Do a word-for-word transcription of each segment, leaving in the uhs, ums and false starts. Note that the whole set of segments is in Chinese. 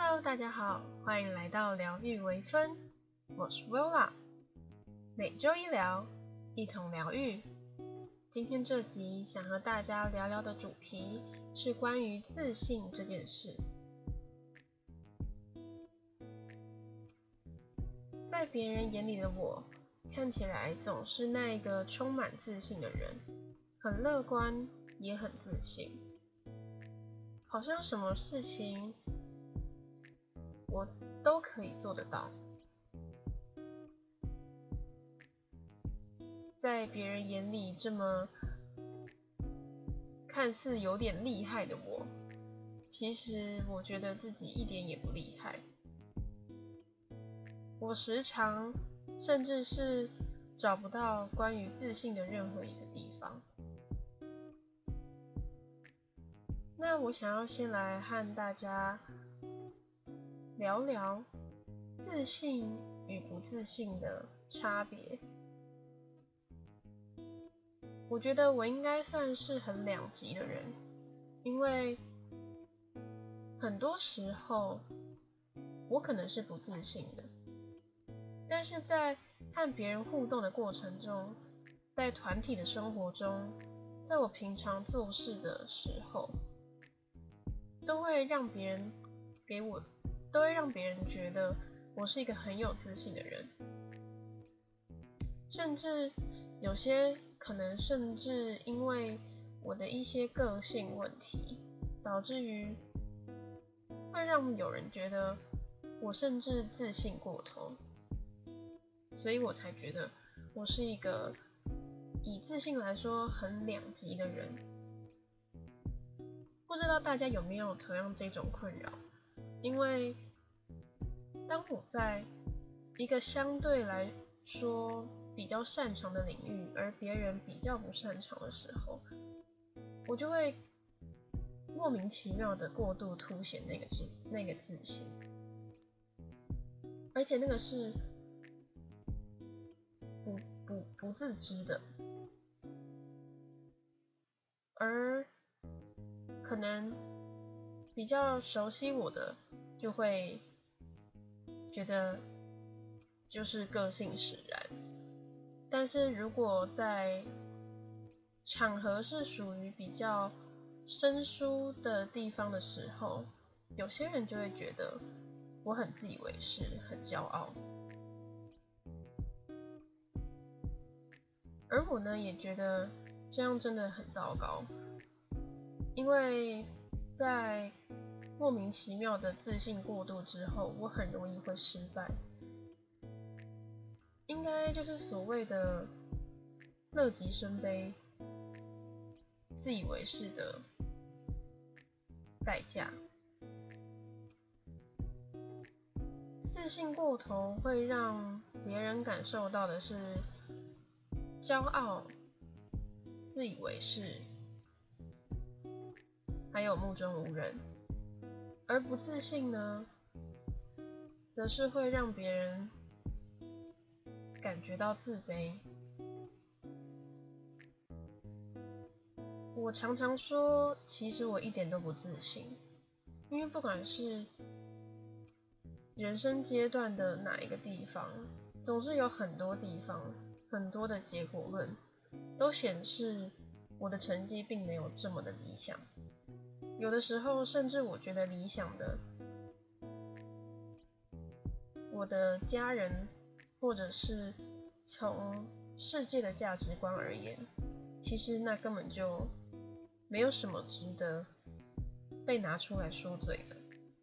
Hello， 大家好，欢迎来到疗愈微分，我是 Willa， 每周一聊，一同疗愈。今天这集想和大家聊聊的主题是关于自信这件事。在别人眼里的我，看起来总是那一个充满自信的人，很乐观，也很自信，好像什么事情我都可以做得到。在别人眼里这么看似有点厉害的我，其实我觉得自己一点也不厉害。我时常甚至是找不到关于自信的任何一个地方。那我想要先来和大家聊聊自信与不自信的差别。我觉得我应该算是很两极的人，因为很多时候我可能是不自信的，但是在和别人互动的过程中，在团体的生活中，在我平常做事的时候，都会让别人给我都会让别人觉得我是一个很有自信的人，甚至有些可能甚至因为我的一些个性问题，导致于会让有人觉得我甚至自信过头，所以我才觉得我是一个以自信来说很两极的人。不知道大家有没有同样这种困扰？因为当我在一个相对来说比较擅长的领域，而别人比较不擅长的时候，我就会莫名其妙的过度凸显那个自那个自信，而且那个是不不不自知的，而可能比较熟悉我的就会觉得就是个性使然，但是如果在场合是属于比较生疏的地方的时候，有些人就会觉得我很自以为是，很骄傲。而我呢，也觉得这样真的很糟糕，因为在莫名其妙的自信过度之后，我很容易会失败。应该就是所谓的乐极生悲，自以为是的代价。自信过头会让别人感受到的是骄傲、自以为是，还有目中无人。而不自信呢，则是会让别人感觉到自卑。我常常说，其实我一点都不自信，因为不管是人生阶段的哪一个地方，总是有很多地方，很多的结果论都显示我的成绩并没有这么的理想。有的时候甚至我觉得理想的，我的家人或者是从世界的价值观而言，其实那根本就没有什么值得被拿出来说嘴的。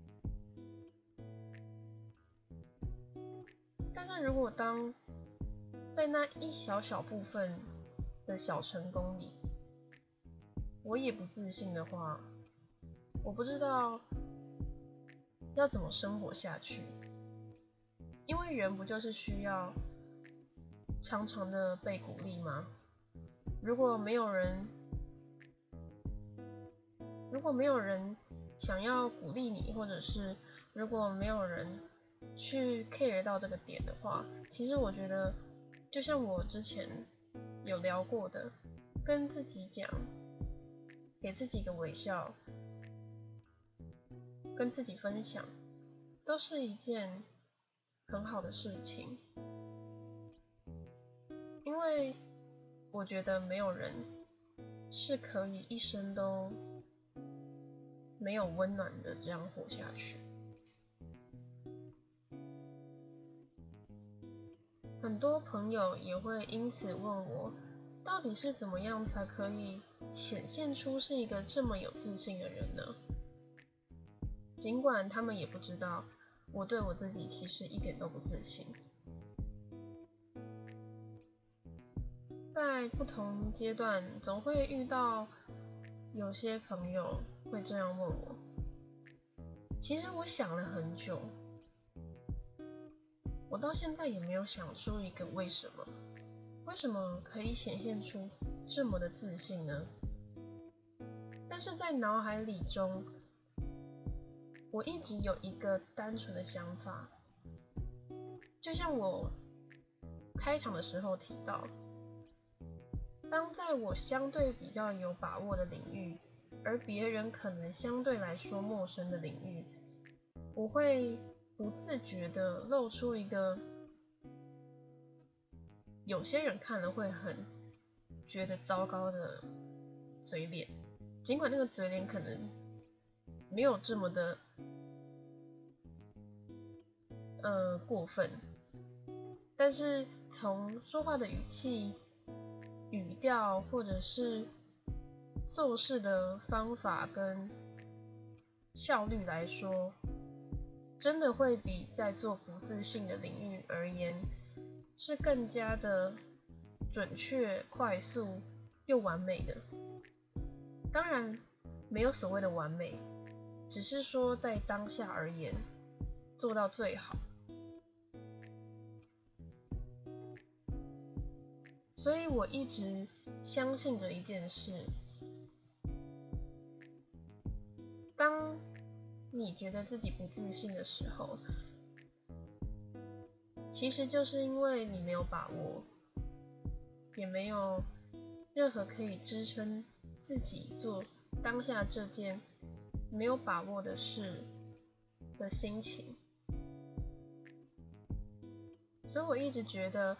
但是如果当在那一小小部分的小成功里，我也不自信的话，我不知道要怎么生活下去。因为人不就是需要常常的被鼓励吗？如果没有人，如果没有人想要鼓励你，或者是如果没有人去 care 到这个点的话，其实我觉得，就像我之前有聊过的，跟自己讲，给自己一个微笑，跟自己分享， 都是一件很好的事情，因为我觉得没有人是可以一生都没有温暖的这样活下去。很多朋友也会因此问我，到底是怎么样才可以显现出是一个这么有自信的人呢？尽管他们也不知道，我对我自己其实一点都不自信。在不同阶段，总会遇到有些朋友会这样问我。其实我想了很久，我到现在也没有想出一个为什么。为什么可以显现出这么的自信呢？但是在脑海里中，我一直有一个单纯的想法，就像我开场的时候提到，当在我相对比较有把握的领域，而别人可能相对来说陌生的领域，我会不自觉的露出一个有些人看了会很觉得糟糕的嘴脸，尽管那个嘴脸可能没有这么的呃过分，但是从说话的语气、语调或者是做事的方法跟效率来说，真的会比在做不自信的领域而言是更加的准确、快速又完美的。当然没有所谓的完美，只是说在当下而言做到最好。所以我一直相信着一件事，当你觉得自己不自信的时候，其实就是因为你没有把握，也没有任何可以支撑自己做当下这件没有把握的事的心情。所以我一直觉得，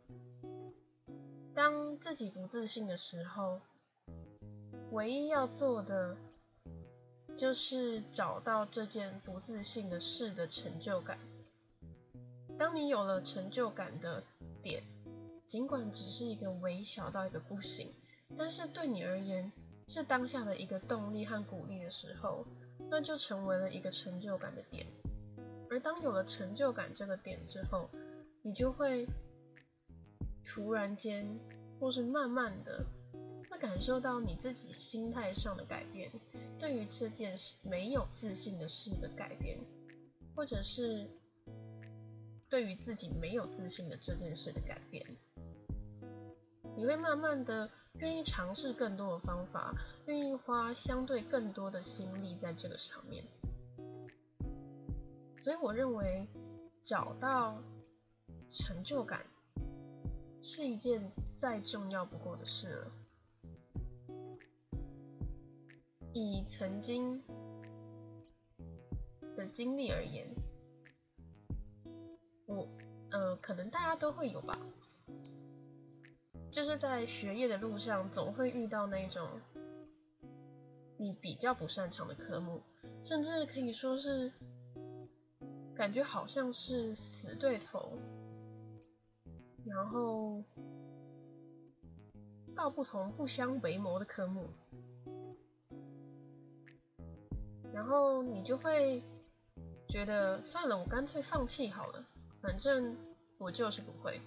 当自己不自信的时候，唯一要做的就是找到这件不自信的事的成就感。当你有了成就感的点，尽管只是一个微小到一个不行，但是对你而言是当下的一个动力和鼓励的时候，那就成为了一个成就感的点。而当有了成就感这个点之后，你就会突然间或是慢慢的会感受到你自己心态上的改变，对于这件事没有自信的事的改变，或者是对于自己没有自信的这件事的改变。你会慢慢的愿意尝试更多的方法，愿意花相对更多的心力在这个上面。所以我认为找到成就感是一件再重要不过的事了。以曾经的经历而言，我呃可能大家都会有吧，就是在学业的路上总会遇到那种你比较不擅长的科目，甚至可以说是感觉好像是死对头，然后道不同不相为谋的科目，然后你就会觉得算了，我干脆放弃好了，反正我就是不会。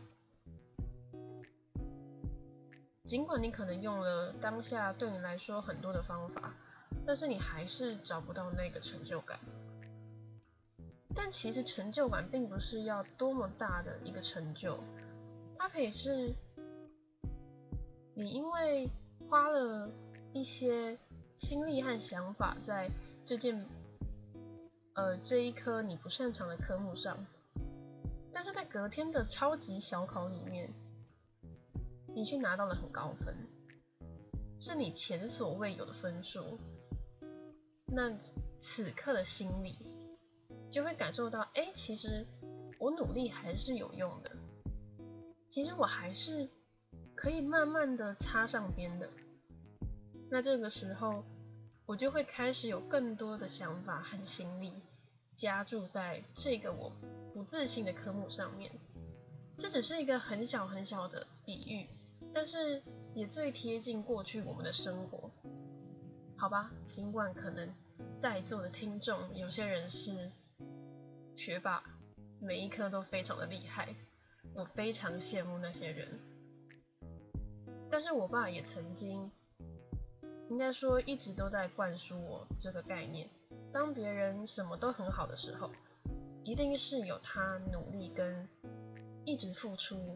尽管你可能用了当下对你来说很多的方法，但是你还是找不到那个成就感。但其实成就感并不是要多么大的一个成就，它可以是你因为花了一些心力和想法在这件呃这一科你不擅长的科目上，但是在隔天的超级小考里面，你却拿到了很高分，是你前所未有的分数。那此刻的心理就会感受到，哎，其实我努力还是有用的，其实我还是可以慢慢的擦上边的。那这个时候，我就会开始有更多的想法和心力加注在这个我不自信的科目上面。这只是一个很小很小的比喻，但是也最贴近过去我们的生活。好吧，尽管可能在座的听众有些人是学霸，每一科都非常的厉害，我非常羡慕那些人。但是我爸也曾经，应该说一直都在灌输我这个概念，当别人什么都很好的时候，一定是有他努力跟一直付出，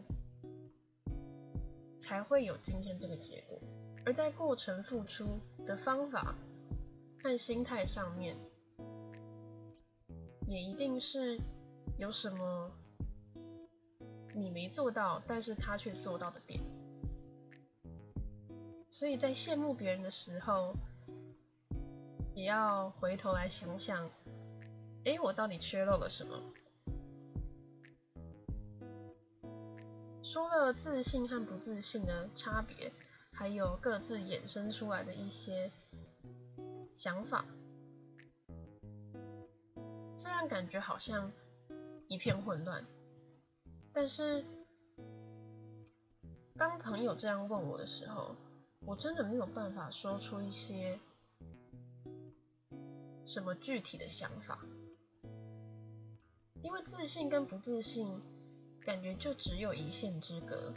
才会有今天这个结果。而在过程付出的方法和心态上面，也一定是有什么你没做到，但是他却做到的点。所以在羡慕别人的时候，也要回头来想想，诶，我到底缺漏了什么？说了自信和不自信的差别，还有各自衍生出来的一些想法，虽然感觉好像一片混乱，但是当朋友这样问我的时候，我真的没有办法说出一些什么具体的想法，因为自信跟不自信感觉就只有一线之隔。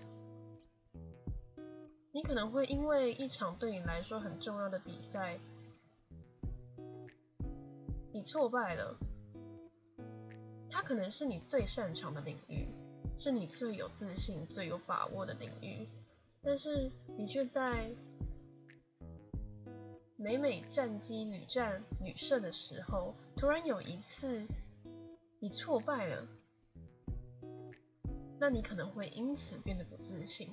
你可能会因为一场对你来说很重要的比赛，你挫败了，它可能是你最擅长的领域，是你最有自信、最有把握的领域，但是你却在每每战绩屡战屡胜的时候，突然有一次你挫败了，那你可能会因此变得不自信。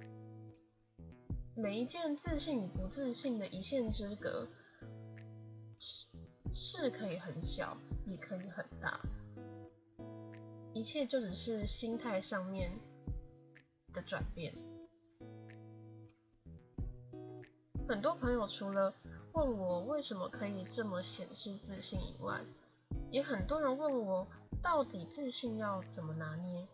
每一件自信与不自信的一线之隔，是是可以很小，也可以很大，一切就只是心态上面的转变。很多朋友除了问我为什么可以这么显示自信以外，也很多人问我到底自信要怎么拿捏。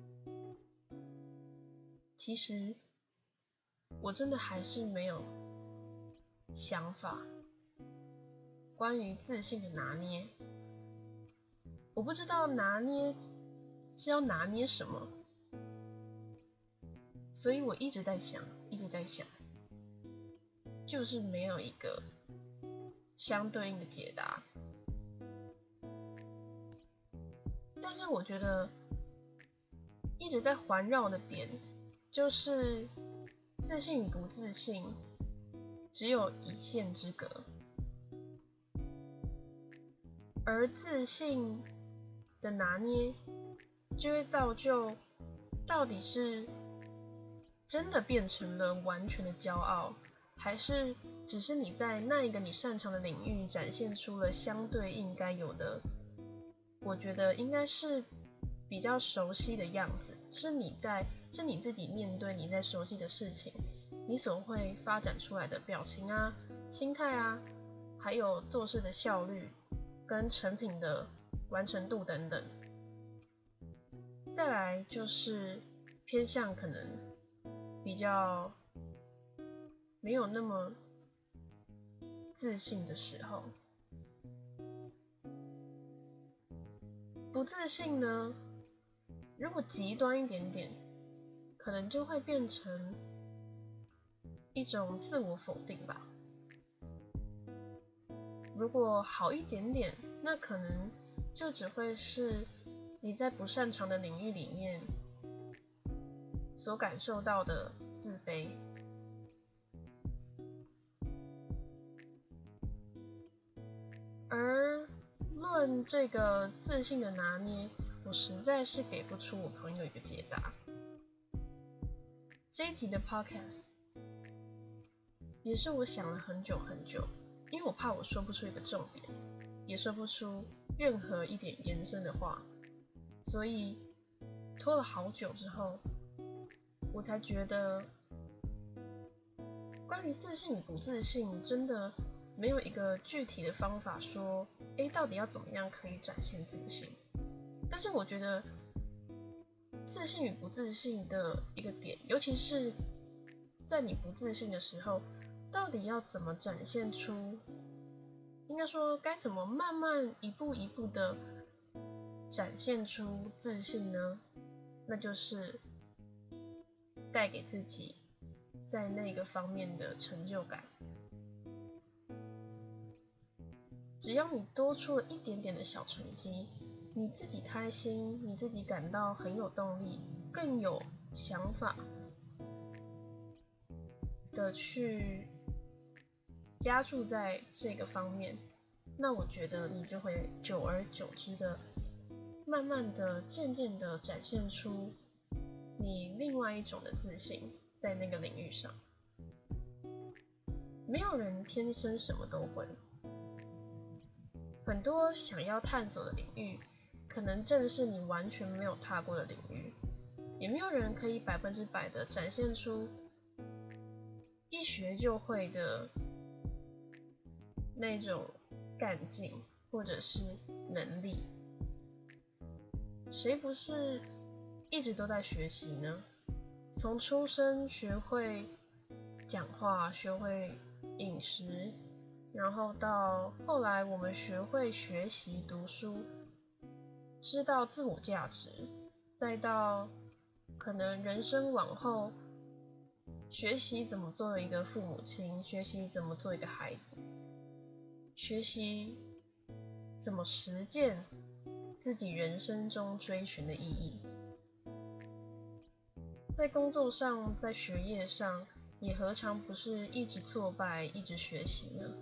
其实我真的还是没有想法关于自信的拿捏，我不知道拿捏是要拿捏什么，所以我一直在想，一直在想，就是没有一个相对应的解答。但是我觉得一直在环绕的点，就是自信与不自信只有一线之隔，而自信的拿捏就会造就到底是真的变成了完全的骄傲，还是只是你在那一个你擅长的领域展现出了相对应该有的，我觉得应该是比较熟悉的样子，是你在是你自己面对你在熟悉的事情，你所会发展出来的表情啊、心态啊，还有做事的效率跟成品的完成度等等。再来就是偏向可能比较没有那么自信的时候。不自信呢，如果极端一点点，可能就会变成一种自我否定吧。如果好一点点，那可能就只会是你在不擅长的领域里面所感受到的自卑。而论这个自信的拿捏，我实在是给不出我朋友一个解答。这一集的 podcast 也是我想了很久很久，因为我怕我说不出一个重点，也说不出任何一点延伸的话，所以拖了好久之后，我才觉得关于自信与不自信，真的没有一个具体的方法说，诶，到底要怎么样可以展现自信？但是我觉得自信与不自信的一个点，尤其是在你不自信的时候，到底要怎么展现出，应该说该怎么慢慢一步一步的展现出自信呢？那就是带给自己在那个方面的成就感。只要你多出了一点点的小成绩，你自己开心，你自己感到很有动力，更有想法的去加注在这个方面，那我觉得你就会久而久之的慢慢的渐渐的展现出你另外一种的自信在那个领域上。没有人天生什么都会，很多想要探索的领域可能正是你完全没有踏过的领域，也没有人可以百分之百的展现出一学就会的那种干劲或者是能力。谁不是一直都在学习呢？从出生学会讲话，学会饮食，然后到后来我们学会学习读书，知道自我价值，再到可能人生往后学习怎么做一个父母亲，学习怎么做一个孩子，学习怎么实践自己人生中追寻的意义。在工作上，在学业上，也何尝不是一直挫败，一直学习呢？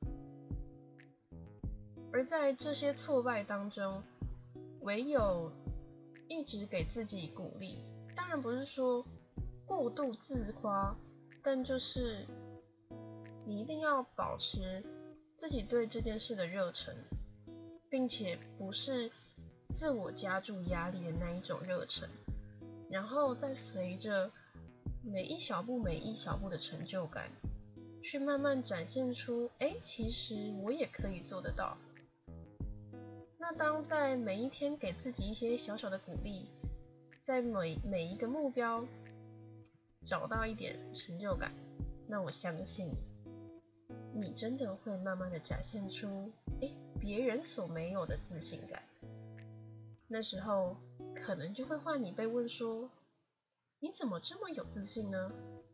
而在这些挫败当中，唯有一直给自己鼓励，当然不是说过度自夸，但就是你一定要保持自己对这件事的热忱，并且不是自我加注压力的那一种热忱，然后再随着每一小步每一小步的成就感，去慢慢展现出，哎，其实我也可以做得到。那当在每一天给自己一些小小的鼓励，在每每一个目标找到一点成就感，那我相信你真的会慢慢的展现出，哎，别人所没有的自信感。那时候可能就会换你被问说，你怎么这么有自信呢？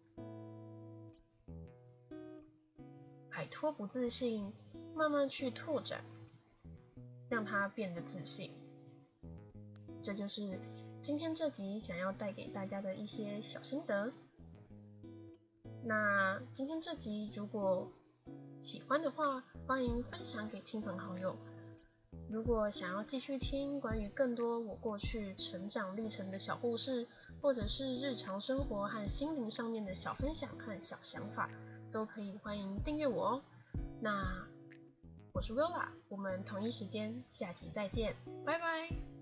摆脱不自信，慢慢去拓展，让它变得自信。这就是今天这集想要带给大家的一些小心得。那今天这集如果喜欢的话，欢迎分享给亲朋好友。如果想要继续听关于更多我过去成长历程的小故事，或者是日常生活和心灵上面的小分享和小想法，都可以欢迎订阅我哦。那我是 Willa， 我们同一时间下集再见，拜拜。